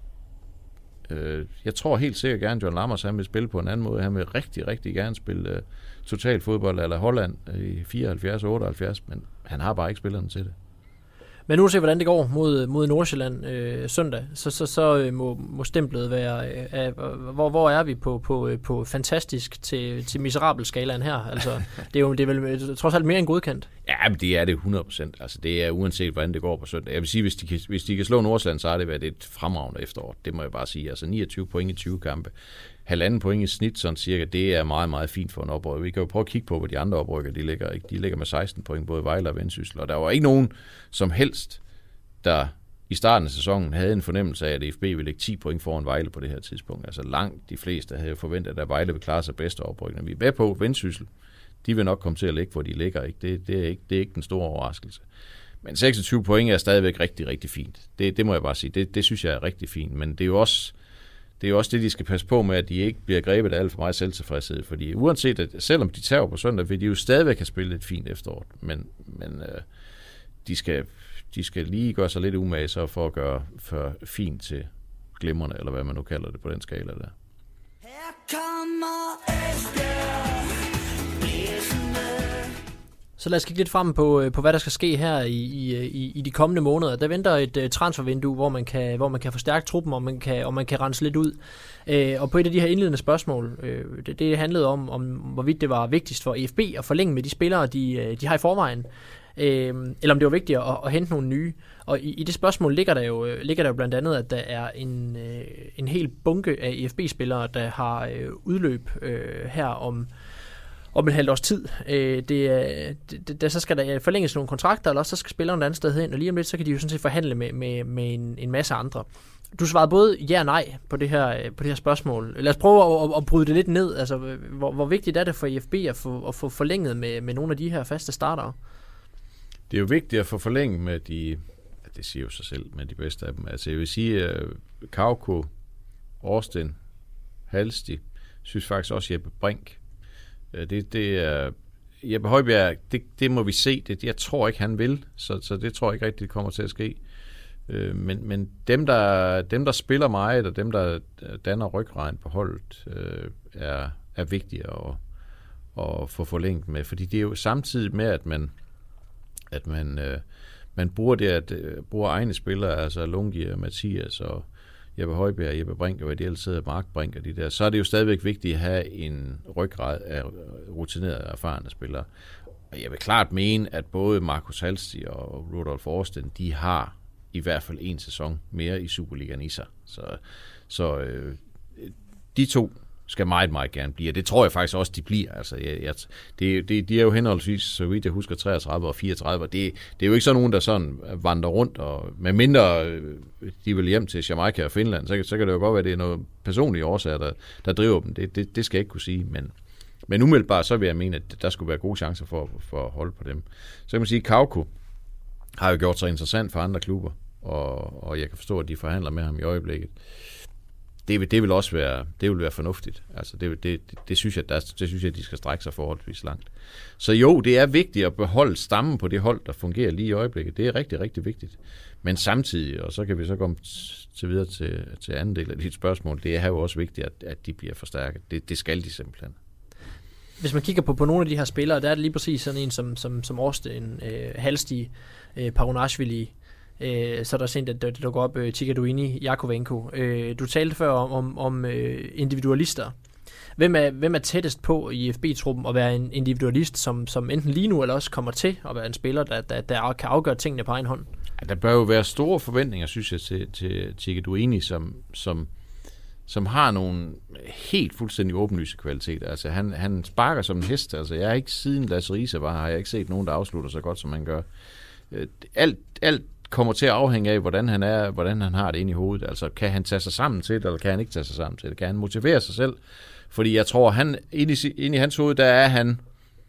øh, jeg tror helt sikkert gerne, John Lammers, han vil spille på en anden måde. Han vil rigtig, rigtig gerne spille øh, total fodbold eller Holland i fireoghalvfjerds otteoghalvfjerds, men han har bare ikke spillerne til det. Men nu se, hvordan det går mod, mod Nordsjælland øh, søndag, så, så, så øh, må, må stemplet være, øh, øh, hvor, hvor er vi på, på, øh, på fantastisk til, til miserabel skalaen her? Altså, det er jo det er vel trods alt mere end godkendt. Ja, men det er det hundrede procent. Altså, det er uanset, hvordan det går på søndag. Jeg vil sige, hvis de kan, hvis de kan slå Nordsjælland, så har det været et fremragende efterår. Det må jeg bare sige. Altså, niogtyve point i tyve kampe. Halvanden point i snit, sådan cirka, det er meget, meget fint for en oprykker. Vi kan jo prøve at kigge på, hvor de andre oprykker, de ligger, ikke? De ligger med seksten point, både Vejle og Vendsyssel, og der var ikke nogen som helst, der i starten af sæsonen havde en fornemmelse af, at F B ville lægge ti point foran Vejle på det her tidspunkt. Altså langt de fleste havde jo forventet, at Vejle ville klare sig bedst oprykkende. Vi er med på Vendsyssel. De vil nok komme til at ligge, hvor de ligger. Ikke? Det, det, er ikke, det er ikke den store overraskelse. Men seksogtyve point er stadigvæk rigtig, rigtig fint. Det, det må jeg bare sige. Det, det synes jeg er rigtig fint. Men det er jo også det, er jo også det de skal passe på med, at de ikke bliver grebet af alt for meget selvtilfredshed. Fordi uanset, at selvom de tager på søndag, vil de jo stadigvæk have spillet et fint efterår. Men, men øh, de skal... De skal lige gøre sig lidt umage så for at gøre for fint til glimrende, eller hvad man nu kalder det på den skala der. Her kommer Esbjerg, blæsende. Så lad os kigge lidt frem på, på hvad der skal ske her i, i, i de kommende måneder. Der venter et uh, transfervindue, hvor man kan, hvor man kan forstærke truppen, og man kan, og man kan rense lidt ud. Uh, og på et af de her indledende spørgsmål, uh, det, det handlede om, om, hvorvidt det var vigtigst for E F B at forlænge med de spillere, de, de har i forvejen. Øh, eller om det var vigtigt at, at hente nogle nye. Og i, i det spørgsmål ligger der, jo, ligger der jo blandt andet, at der er en, øh, en hel bunke af E F B-spillere, der har øh, udløb øh, her om, om et halvt års tid. Øh, det, det, det, så skal der forlænges nogle kontrakter, eller også så skal spillerne et andet sted hen, og lige om lidt, så kan de jo sådan set forhandle med, med, med en, en masse andre. Du svarede både ja og nej på det her, på det her spørgsmål. Lad os prøve at, at bryde det lidt ned. Altså, hvor, hvor vigtigt er det for I F B at få, at få forlænget med, med nogle af de her faste startere? Det er jo vigtigt at få forlænget med de, det siger jo sig selv, med de bedste af dem. Altså jeg vil sige, uh, Kauko, Austin, Halsti, synes faktisk også Jeppe Brink. Uh, det, det er Jeppe Højbjerg, det, det må vi se. Det, jeg tror ikke, han vil, så, så det tror jeg ikke rigtigt kommer til at ske. Uh, men men dem, der, dem, der spiller meget, og dem, der danner ryggraden på holdet, uh, er, er vigtige at, at få forlænget med. Fordi det er jo samtidig med, at man at man, øh, man bruger det, at øh, bruger egne spillere, altså Lungi og Mathias og Jeppe Højbjerg og Jeppe Brink, og i det hele taget Mark Brink og de der, så er det jo stadigvæk vigtigt at have en ryggrad af rutinerede og erfarne spillere. Og jeg vil klart mene, at både Marcus Halsti og Rudolf Austin, de har i hvert fald en sæson mere i Superligaen i sig. Så, så øh, de to skal meget, meget gerne blive, og det tror jeg faktisk også, de bliver. Altså, jeg, jeg, det, det, de er jo henholdsvis, så vidt jeg husker, treogtredive og fireogtredive, og det, det er jo ikke sådan nogen, der sådan vandrer rundt, og med mindre de vil hjem til Jamaica og Finland, så, så kan det jo godt være, at det er noget personlige årsager, der, der driver dem. Det, det, det skal jeg ikke kunne sige, men, men umiddelbart så vil jeg mene, at der skulle være gode chancer for, for at holde på dem. Så kan man sige, at Kauko har jo gjort sig interessant for andre klubber, og, og jeg kan forstå, at de forhandler med ham i øjeblikket. Det vil, det vil også være, det vil være fornuftigt. Altså det, det, det, det, synes jeg, der, det synes jeg, at de skal strække sig forholdsvis langt. Så jo, det er vigtigt at beholde stammen på det hold, der fungerer lige i øjeblikket. Det er rigtig, rigtig vigtigt. Men samtidig, og så kan vi så komme til videre til, til anden del af dit spørgsmål, det er jo også vigtigt, at, at de bliver forstærket. Det, det skal de simpelthen. Hvis man kigger på, på nogle af de her spillere, der er det lige præcis sådan en som, som, som Austin, øh, Halsti, øh, Parunashvili, Øh, så er der sent, at der dukker op øh, Tikaduini, Jakovenko. Øh, du talte før om, om, om øh, individualister. Hvem er, hvem er tættest på i I F B-truppen at være en individualist, som, som enten lige nu eller også kommer til at være en spiller, der, der, der kan afgøre tingene på egen hånd? Ja, der bør jo være store forventninger, synes jeg, til, til Tikaduini, som, som, som har nogle helt fuldstændig åbenlyse kvaliteter. Altså, han, han sparker som en hest. Altså, jeg har ikke siden Lasse Riise var her, har jeg ikke set nogen, der afslutter så godt, som han gør. Alt, alt kommer til at afhænge af, hvordan han er, hvordan han har det inde i hovedet. Altså, kan han tage sig sammen til det, eller kan han ikke tage sig sammen til det? Kan han motivere sig selv? Fordi jeg tror, han inde i, inde i hans hoved, der er han,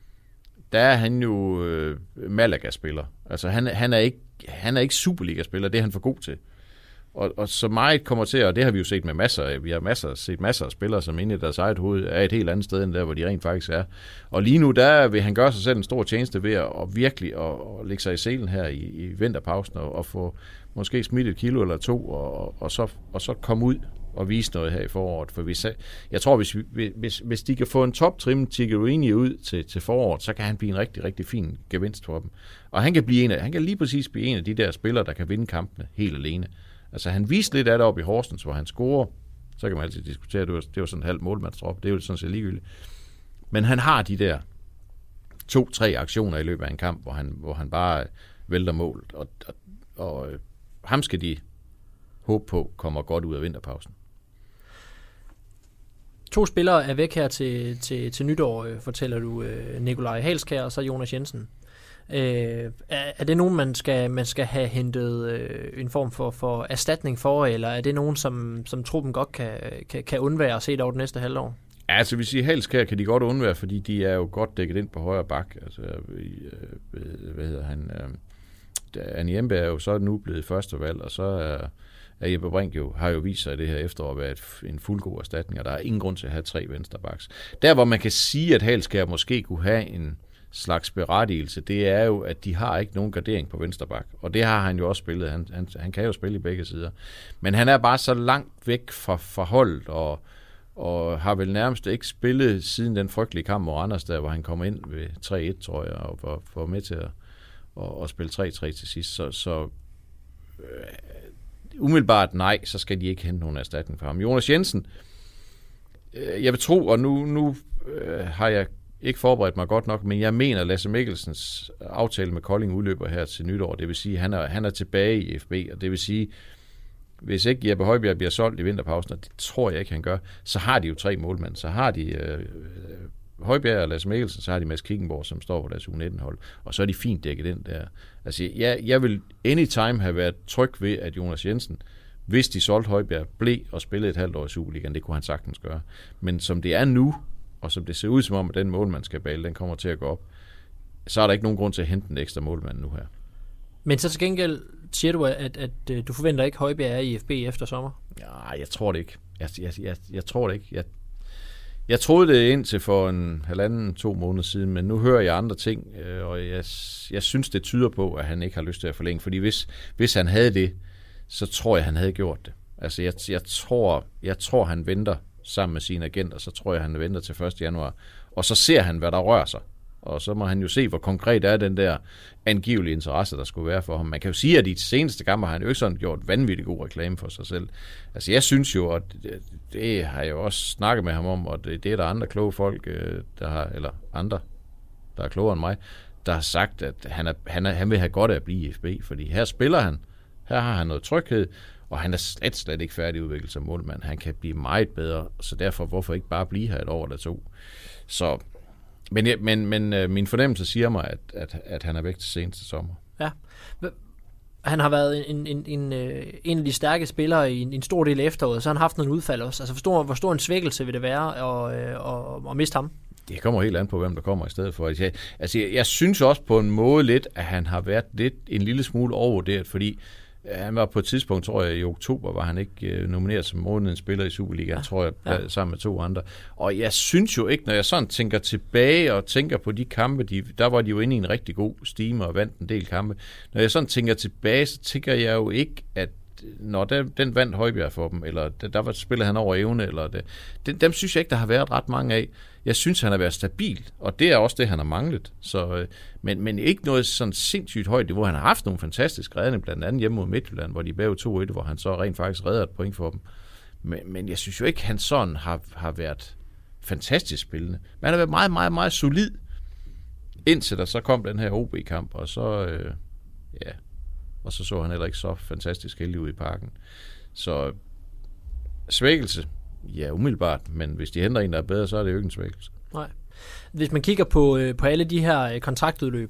der er han jo øh, Malaga-spiller. Altså, han, han er ikke, han er ikke Superliga-spiller, det er han for god til. Og, og så meget kommer til, og det har vi jo set med masser af, vi har masser, set masser af spillere, som inde i deres eget hoved er et helt andet sted, end der, hvor de rent faktisk er. Og lige nu, der vil han gøre sig selv en stor tjeneste ved at og virkelig at, at lægge sig i selen her i, i vinterpausen, og, og få måske smidt et kilo eller to, og, og, så, og så komme ud og vise noget her i foråret. For hvis, jeg tror, hvis, vi, hvis, hvis de kan få en top-trim Tikaduini ud til, til foråret, så kan han blive en rigtig, rigtig fin gevinst for dem. Og han kan, blive en af, han kan lige præcis blive en af de der spillere, der kan vinde kampene helt alene. Altså, han viste lidt af det op i Horsens, hvor han scorer. Så kan man altid diskutere, det var, det var sådan en halv målmandstrop. Det er jo sådan set ligegyldigt. Men han har de der to-tre aktioner i løbet af en kamp, hvor han, hvor han bare vælter målet. Og, og, og øh, ham skal de håbe på kommer godt ud af vinterpausen. To spillere er væk her til, til, til nytår, øh, fortæller du, øh, Nikolaj Halskær og så Jonas Jensen. Øh, er, er det nogen, man skal, man skal have hentet øh, en form for, for erstatning for, eller er det nogen, som, som truppen godt kan, kan, kan undvære at se over det næste halvår? Ja, altså hvis I Halskær kan de godt undvære, fordi de er jo godt dækket ind på højre bak. Altså, øh, hvad hedder han? Øh, Aniembe er jo så nu blevet første valg, og så er, er Jeppe Brink jo, har jo vist sig i det her efterår at være et, en fuldgod erstatning, og der er ingen grund til at have tre venstrebacks. Der, hvor man kan sige, at Halskær måske kunne have en slags berettigelse, det er jo, at de har ikke nogen gardering på vensterbak. Og det har han jo også spillet. Han, han, han kan jo spille i begge sider. Men han er bare så langt væk fra, fra holdet, og, og har vel nærmest ikke spillet siden den frygtelige kamp mod Randers, der hvor han kom ind ved tre et, tror jeg, og var, var med til at, at, at spille tre tre til sidst. Så, så øh, umiddelbart nej, så skal de ikke hente nogen erstatning for ham. Jonas Jensen, øh, jeg vil tro, og nu, nu øh, har jeg ikke forberedt mig godt nok, men jeg mener, at Lasse Mikkelsens aftale med Kolding udløber her til nytår. Det vil sige, at han er, han er tilbage i F B, og det vil sige, hvis ikke Jeppe Højbjerg bliver solgt i vinterpausen, og det tror jeg ikke, han gør, så har de jo tre målmænd. Så har de øh, Højbjerg og Lasse Mikkelsen, så har de Mads Kickenborg, som står på deres U nitten-hold, og så er de fint dækket ind der. Altså, jeg, jeg vil anytime have været tryg ved, at Jonas Jensen, hvis de solgte Højbjerg, blev og spillede et halvt år i Superligaen, det kunne han sagtens gøre. Men som det er nu, og som det ser ud som om, at den målmand skal bale, den kommer til at gå op, så er der ikke nogen grund til at hente en ekstra målmand nu her. Men så til gengæld siger du, at, at, at du forventer ikke, Højbjerg er i F B efter sommer? Ja, jeg tror det ikke. Jeg, jeg, jeg, jeg tror det ikke. Jeg, jeg troede det indtil for en halvanden, to måneder siden, men nu hører jeg andre ting, og jeg, jeg synes, det tyder på, at han ikke har lyst til at forlænge. Fordi hvis, hvis han havde det, så tror jeg, han havde gjort det. Altså, jeg, jeg, tror, jeg tror, han venter sammen med sine agenter, så tror jeg, han venter til første januar. Og så ser han, hvad der rører sig. Og så må han jo se, hvor konkret er den der angivelige interesse, der skulle være for ham. Man kan jo sige, at i de seneste kampe har han jo ikke sådan gjort vanvittig god reklame for sig selv. Altså jeg synes jo, og det, det har jeg jo også snakket med ham om, og det, det er der andre kloge folk, der har, eller andre, der er klogere end mig, der har sagt, at han, er, han, er, han vil have godt af at blive i F B, fordi her spiller han, her har han noget tryghed, og han er slet, slet ikke færdigudviklet som målmand. Han kan blive meget bedre, så derfor hvorfor ikke bare blive her et år eller to. Så Men, men, men min fornemmelse siger mig, at, at, at han er væk til seneste sommer. Ja. Han har været en, en, en, en af de stærke spillere i en, en stor del af efteråret, så har han haft nogle udfald også. Altså forstår, hvor stor en svækkelse vil det være at, at, at miste ham? Det kommer helt an på, hvem der kommer i stedet for. Jeg, altså, jeg, jeg synes også på en måde lidt, at han har været lidt en lille smule overvurderet, fordi han var på et tidspunkt, tror jeg, i oktober, var han ikke øh, nomineret som månedens spiller i Superligaen, ja, tror jeg, ja. sammen med to andre. Og jeg synes jo ikke, når jeg sådan tænker tilbage og tænker på de kampe, de, der var de jo inde i en rigtig god stime og vandt en del kampe. Når jeg sådan tænker tilbage, så tænker jeg jo ikke, at når den, den vandt Højbjerg for dem, eller der var spillet han over evne, eller det, dem, dem synes jeg ikke, der har været ret mange af. Jeg synes, han har været stabil, og det er også det, han har manglet. Så, men, men ikke noget sådan sindssygt højt, hvor han har haft nogle fantastiske redninger, blandt andet hjemme mod Midtjylland, hvor de bagud to et, hvor han så rent faktisk redder et point for dem. Men, men jeg synes jo ikke, han sådan har, har været fantastisk spillende. Men han har været meget, meget, meget solid, indtil der så kom den her O B-kamp, og så, øh, ja, og så så han heller ikke så fantastisk heldig ud i parken. Så svækkelse, ja, umiddelbart, men hvis de henter en, der er bedre, så er det jo ikke en svækkelse. Nej. Hvis man kigger på, øh, på alle de her kontraktudløb,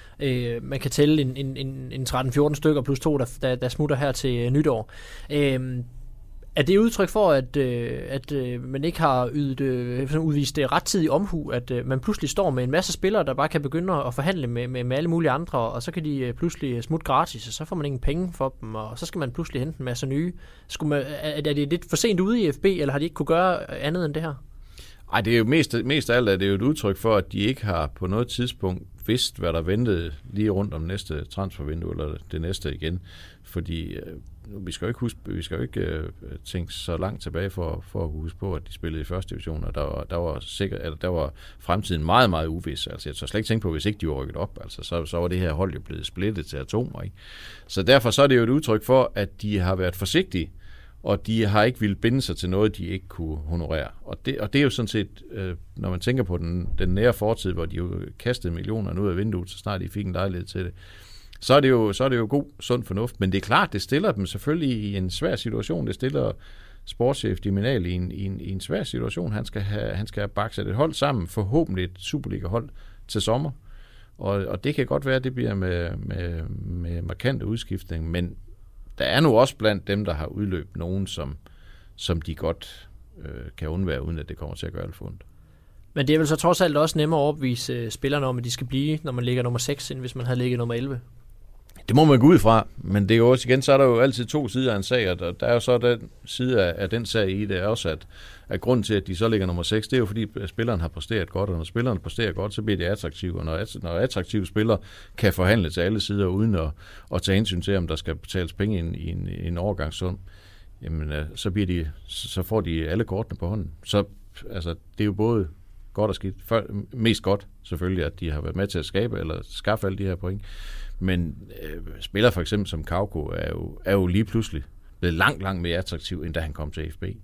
øh, man kan tælle en, en, en, en tretten fjorten stykker plus to, der, der, der smutter her til øh, nytår. Øh, er det udtryk for, at, øh, at øh, man ikke har ydet, øh, udvist det rettidig omhu, at øh, man pludselig står med en masse spillere, der bare kan begynde at forhandle med, med, med alle mulige andre, og så kan de øh, pludselig smutte gratis, og så får man ingen penge for dem, og så skal man pludselig hente en masse nye. Skulle man, er, er det lidt for sent ude i F B, eller har de ikke kunne gøre andet end det her? Ej, det er jo mest, mest af alt, at det er jo et udtryk for, at de ikke har på noget tidspunkt vidst, hvad der ventede lige rundt om næste transfervindue, eller det næste igen. Fordi øh, vi skal jo ikke, huske, vi skal jo ikke øh, tænke så langt tilbage for, for at huske på, at de spillede i første division, og der var, der var, sikker, eller der var fremtiden meget, meget uvis. Altså, jeg tør slet ikke tænke på, hvis ikke de var rykket op, altså, så, så var det her hold jo blevet splittet til atomer. Ikke? Så derfor så er det jo et udtryk for, at de har været forsigtige, og de har ikke ville binde sig til noget, de ikke kunne honorere. Og det, og det er jo sådan set, øh, når man tænker på den, den nære fortid, hvor de jo kastede millionerne ud af vinduet, så snart de fik en lejlighed til det, så er det jo, så er det jo god, sund fornuft. Men det er klart, det stiller dem selvfølgelig i en svær situation. Det stiller sportschef Diminal i en, i en, i en svær situation. Han skal have, han skal have bakset et hold sammen, forhåbentlig et Superliga-hold til sommer. Og, og det kan godt være, at det bliver med, med, med markante udskiftning, men der er nu også blandt dem, der har udløbet nogen, som, som de godt øh, kan undvære, uden at det kommer til at gøre alt for ondt. Men det er vel så trods alt også nemmere at overbevise øh, spillerne om, at de skal blive, når man ligger nummer seks, end hvis man havde ligget nummer elleve. Det må man gå ud fra, men det er jo også igen, så er der jo altid to sider af en sag, og der er jo så den side af, af den sag i, det er også, at, at grunden til, at de så ligger nummer seks, det er jo fordi, spilleren har præsteret godt, og når spilleren præsterer godt, så bliver de attraktive, og når, når attraktive spillere kan forhandle til alle sider, uden at, at tage hensyn til, om der skal betales penge i en, i en, i en overgangssum, jamen, så, bliver de, så får de alle kortene på hånden. Så altså, det er jo både godt og skidt. For, mest godt selvfølgelig, at de har været med til at skabe, eller skaffe alle de her point. Men øh, spiller for eksempel som Kauko er jo, er jo lige pludselig blevet langt, langt mere attraktiv, end da han kom til F B.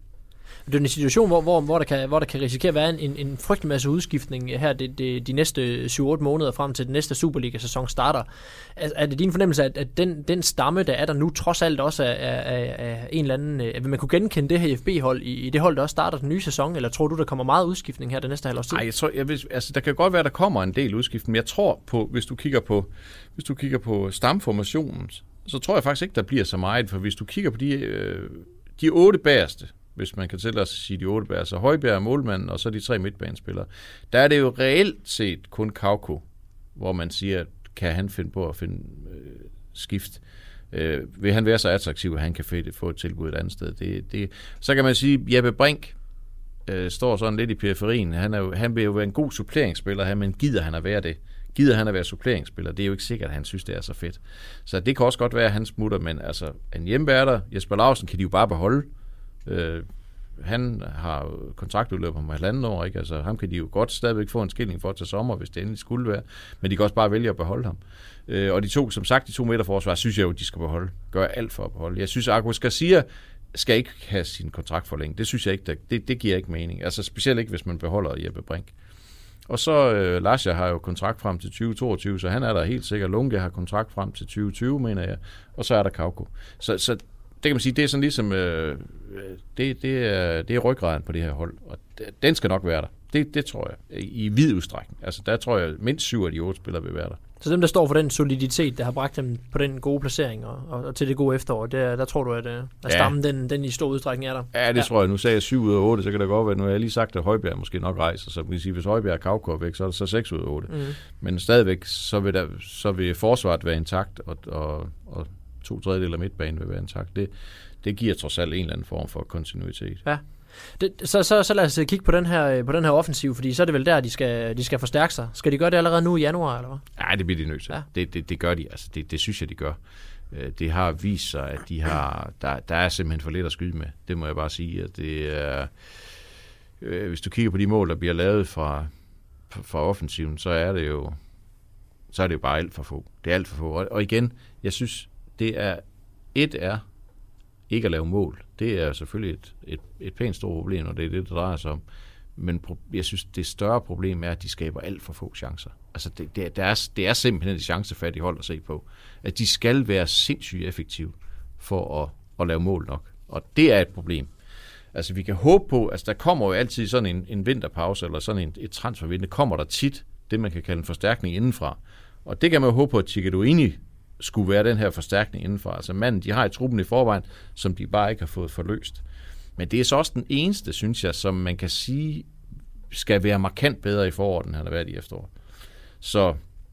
Det er en situation, hvor, hvor, hvor, der, kan, hvor der kan risikere at være en, en frygtelig masse udskiftning her de, de, de næste syv otte måneder frem til den næste Superliga-sæson starter. Er, er det din fornemmelse, at, at den, den stamme, der er der nu, trods alt også er, er, er en eller anden... At vil man kunne genkende det her F B-hold i, i det hold, der også starter den nye sæson, eller tror du, der kommer meget udskiftning her den næste halvårs tid? Nej, jeg tror, jeg vil, altså, der kan godt være, der kommer en del udskiftning, men jeg tror på, hvis du kigger på, hvis du kigger på stamformationen, så tror jeg faktisk ikke, der bliver så meget, for hvis du kigger på de, øh, de otte bagerste, hvis man kan tælle os at sige de otte bærer, så Højbjerg, målmanden, og så de tre midtbanespillere. Der er det jo reelt set kun Kauko, hvor man siger, kan han finde på at finde øh, skift. Øh, vil han være så attraktiv, at han kan få et tilbud et andet sted? Det, det. Så kan man sige, Jeppe Brink øh, står sådan lidt i periferien. Han, er jo, han vil jo være en god suppleringsspiller her, men gider han at være det? Gider han at være suppleringsspiller? Det er jo ikke sikkert, at han synes, det er så fedt. Så det kan også godt være, at han smutter, men altså, en hjemmebærter, Jesper Lausen, kan de jo bare beholde. Øh, han har kontraktudløb om halvanden år, ikke? Altså, ham kan de jo godt stadigvæk få en skilling for til sommer, hvis det endelig skulle være, men de kan også bare vælge at beholde ham. Øh, og de to, som sagt, de to midterforsvar, synes jeg jo, de skal beholde. Gør alt for at beholde. Jeg synes, at Agus Garcia skal ikke have sin kontrakt forlænget. Det synes jeg ikke, det, det giver ikke mening. Altså specielt ikke, hvis man beholder Jeppe Brink. Og så øh, Lasja har jo kontrakt frem til tyve toogtyve, så han er der helt sikkert. Lunge har kontrakt frem til tyve tyve, mener jeg. Og så er der Kauko. Så, så det kan man sige, det er sådan ligesom, øh, det, det, er, det er ryggraden på det her hold, og den skal nok være der. Det, det tror jeg, i vid udstrækning. Altså der tror jeg, mindst syv af de otte spillere vil være der. Så dem, der står for den soliditet, der har bragt dem på den gode placering og, og, og til det gode efterår, der, der tror du, at, at stammen, ja. den, den i stor udstrækning er der? Ja, det ja. tror jeg. Nu sagde jeg syv ud af otte, så kan det godt være, nu har jeg lige sagt, at Højbjerg måske nok rejser, så kan man sige, hvis Højbjerg og Kauko er væk, så er det så seks ud af otte. Mm. Men stadigvæk, så vil, der, så vil forsvaret være intakt, og, og, og to tredjedel af midtbanen vil være intakt. Det, det giver trods alt en eller anden form for kontinuitet. Ja. Det, så, så, så lad os kigge på den her, på den her offensiv, fordi så er det vel der, de skal, de skal forstærke sig. Skal de gøre det allerede nu i januar, eller hvad? Ja, det bliver de nødt til. Ja. Det, det, det gør de, altså. Det, det synes jeg, de gør. Det har vist sig, at de har, der, der er simpelthen for lidt at skyde med. Det må jeg bare sige. At det er, hvis du kigger på de mål, der bliver lavet fra, fra offensiven, så er det jo så er det jo bare alt for få. Det er alt for få. Og, og igen, jeg synes, det er et er ikke at lave mål. Det er selvfølgelig et, et, et pænt stort problem, og det er det, det drejer sig om. Men pro- jeg synes, det større problem er, at de skaber alt for få chancer. Altså, det, det, det, er, det er simpelthen et chancefattigt hold at se på. At de skal være sindssygt effektive for at, at lave mål nok. Og det er et problem. Altså, vi kan håbe på, altså der kommer jo altid sådan en, en vinterpause, eller sådan en, et transfervindue, kommer der tit det, man kan kalde en forstærkning indenfra. Og det kan man jo håbe på, at Tchekadouini skulle være den her forstærkning indenfor. Altså manden, de har i truppen i forvejen, som de bare ikke har fået forløst. Men det er så også den eneste, synes jeg, som man kan sige, skal være markant bedre i foråret, end han har været i efteråret. Så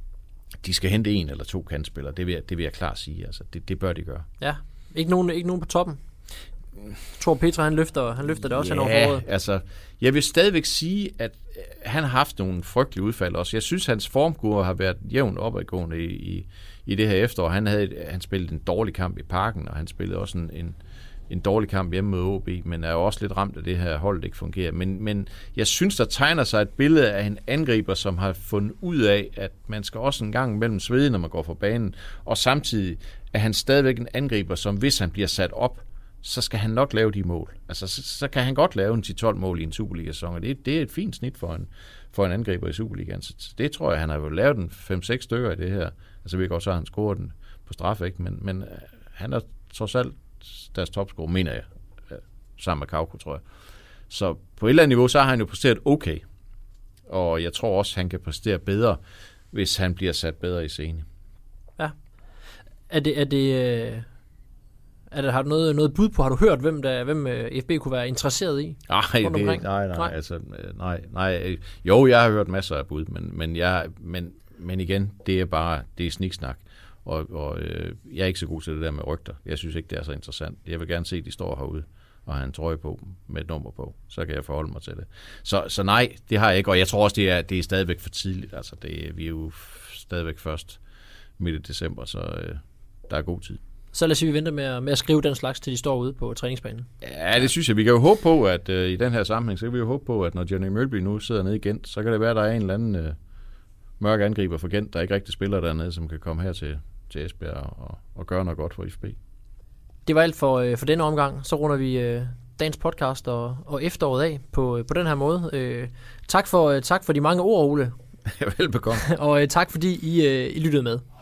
de skal hente en eller to kantspillere, det vil jeg, det vil jeg klart sige. Altså, det, det bør de gøre. Ja, ikke nogen, ikke nogen på toppen. Jeg tror, Petra, han løfter, han løfter det også ja, hen over foråret. Altså, jeg vil stadigvæk sige, at han har haft nogle frygtelige udfald også. Jeg synes, hans formkurve har været jævnt opadgående i, i, i det her efterår. Han, havde, han spillede en dårlig kamp i Parken, og han spillede også en, en, en dårlig kamp hjemme mod O B, men er jo også lidt ramt af det her hold, det ikke fungerer. Men, men jeg synes, der tegner sig et billede af en angriber, som har fundet ud af, at man skal også en gang mellem svede, når man går fra banen, og samtidig er han stadigvæk en angriber, som hvis han bliver sat op, så skal han nok lave de mål. Altså, så, så kan han godt lave en ti tolv mål i en Superliga-sæson, og det, det er et fint snit for en, for en angriber i Superligaen. Så det tror jeg, han har jo lavet en fem seks stykker i det her. Altså, vi kan også have, han scoret den på straffe, ikke? Men, men han er trods alt deres topscorer, mener jeg, sammen med Kauko, tror jeg. Så på et eller andet niveau, så har han jo præsteret okay. Og jeg tror også, han kan præstere bedre, hvis han bliver sat bedre i scene. Ja. Er det... Er det øh Er der, har du noget, noget bud på, har du hørt, hvem, der, hvem F B kunne være interesseret i? Nej, det, nej, nej, nej, altså, nej, nej. Jo, jeg har hørt masser af bud, men, men, jeg, men, men igen, det er bare, det er sniksnak. Og, og øh, jeg er ikke så god til det der med rygter. Jeg synes ikke, det er så interessant. Jeg vil gerne se, at de står herude og har en trøje på med et nummer på. Så kan jeg forholde mig til det. Så, så nej, det har jeg ikke, og jeg tror også, det er, det er stadigvæk for tidligt. Altså, det, vi er jo stadigvæk først midt i december, så øh, der er god tid. Så lad os sige, vi venter med at, med at skrive den slags, til de står ude på træningsbanen. Ja, det synes jeg. Vi kan jo håbe på, at øh, i den her sammenhæng, så kan vi jo håbe på, at når Johnny Mølby nu sidder nede i Gent, så kan det være, at der er en eller anden øh, mørk angriber for Gent, der ikke rigtig spiller dernede, som kan komme her til, til Esbjerg og, og gøre noget godt for F B. Det var alt for, øh, for denne omgang. Så runder vi øh, dagens podcast og, og efteråret af på, på den her måde. Øh, tak, for, tak for de mange ord, Ole. Velbekomme. Og øh, tak fordi I, øh, I lyttede med.